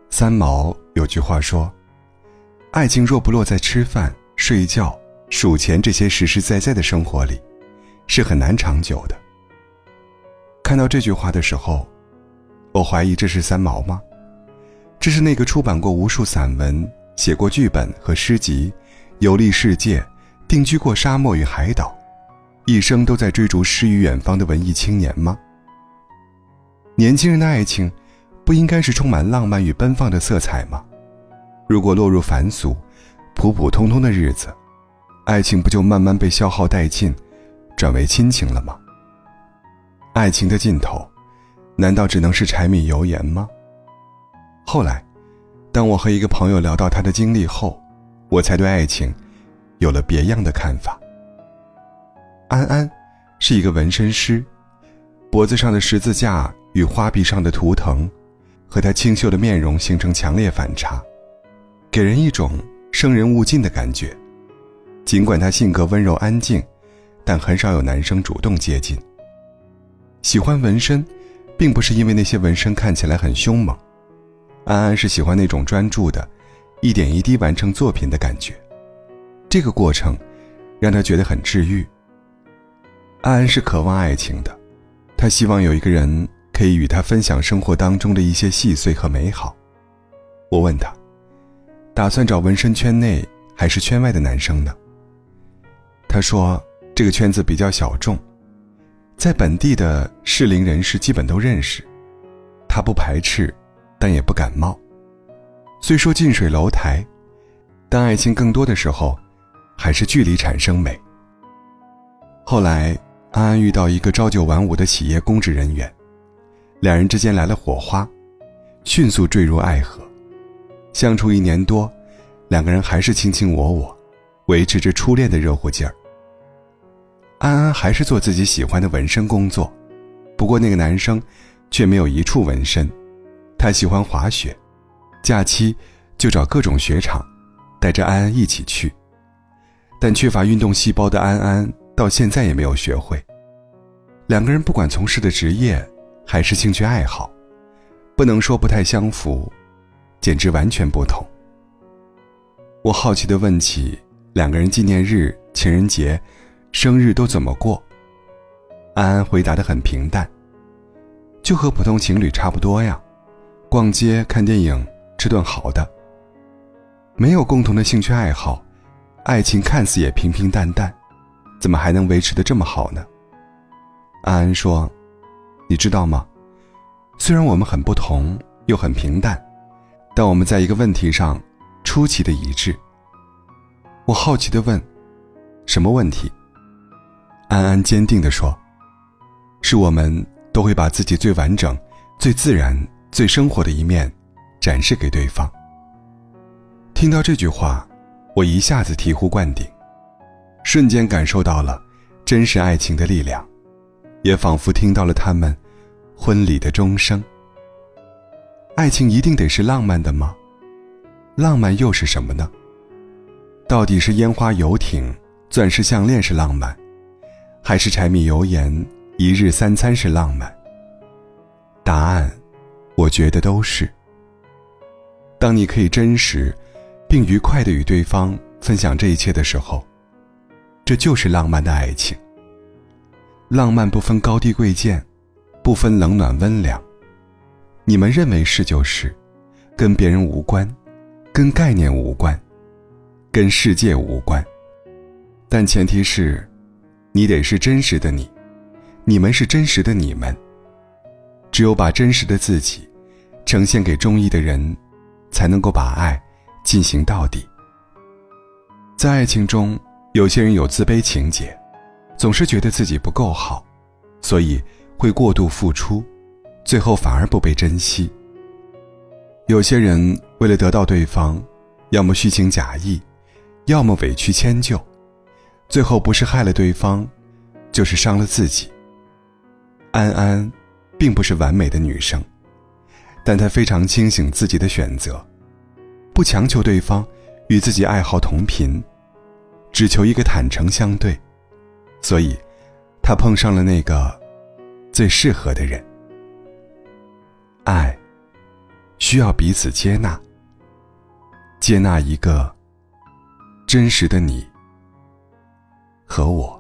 三毛有句话说，爱情若不落在吃饭、睡觉、数钱这些实实在在的生活里，是很难长久的。看到这句话的时候，我怀疑这是三毛吗？这是那个出版过无数散文、写过剧本和诗集、游历世界、定居过沙漠与海岛，一生都在追逐诗与远方的文艺青年吗？年轻人的爱情不应该是充满浪漫与奔放的色彩吗？如果落入凡俗、普普通通的日子，爱情不就慢慢被消耗殆尽，转为亲情了吗？爱情的尽头，难道只能是柴米油盐吗？后来，当我和一个朋友聊到他的经历后，我才对爱情有了别样的看法。安安是一个纹身师，脖子上的十字架与花臂上的图腾和他清秀的面容形成强烈反差，给人一种生人勿近的感觉。尽管他性格温柔安静，但很少有男生主动接近。喜欢纹身并不是因为那些纹身看起来很凶猛，安安是喜欢那种专注的一点一滴完成作品的感觉，这个过程让他觉得很治愈。安安是渴望爱情的，他希望有一个人可以与他分享生活当中的一些细碎和美好。我问他，打算找纹身圈内还是圈外的男生呢？他说这个圈子比较小众，在本地的适龄人士基本都认识，他不排斥，但也不感冒。虽说近水楼台，但爱情更多的时候还是距离产生美。后来安安遇到一个朝九晚五的企业公职人员，两人之间来了火花，迅速坠入爱河。相处1年多，两个人还是卿卿我我，维持着初恋的热乎劲儿。安安还是做自己喜欢的纹身工作，不过那个男生却没有一处纹身。他喜欢滑雪，假期就找各种雪场，带着安安一起去。但缺乏运动细胞的安安到现在也没有学会。两个人不管从事的职业还是兴趣爱好，不能说不太相符，简直完全不同。我好奇地问起两个人纪念日、情人节、生日都怎么过，安安回答得很平淡，就和普通情侣差不多呀，逛街、看电影、吃顿好的。没有共同的兴趣爱好，爱情看似也平平淡淡，怎么还能维持得这么好呢？安安说，你知道吗？虽然我们很不同，又很平淡，但我们在一个问题上出奇的一致。我好奇地问，什么问题？安安坚定地说，是我们都会把自己最完整、最自然、最生活的一面展示给对方。听到这句话，我一下子醍醐灌顶，瞬间感受到了真实爱情的力量，也仿佛听到了他们婚礼的钟声。爱情一定得是浪漫的吗？浪漫又是什么呢？到底是烟花游艇、钻石项链是浪漫，还是柴米油盐、一日三餐是浪漫？答案，我觉得都是。当你可以真实并愉快地与对方分享这一切的时候，这就是浪漫的爱情。浪漫不分高低贵贱，不分冷暖温凉，你们认为是就是，跟别人无关，跟概念无关，跟世界无关。但前提是，你得是真实的你，你们是真实的你们。只有把真实的自己呈现给中意的人，才能够把爱进行到底。在爱情中，有些人有自卑情节，总是觉得自己不够好，所以会过度付出，最后反而不被珍惜。有些人为了得到对方，要么虚情假意，要么委曲迁就，最后不是害了对方，就是伤了自己。安安并不是完美的女生，但她非常清醒自己的选择，不强求对方与自己爱好同频，只求一个坦诚相对，所以她碰上了那个最适合的人。爱需要彼此接纳，接纳一个真实的你和我。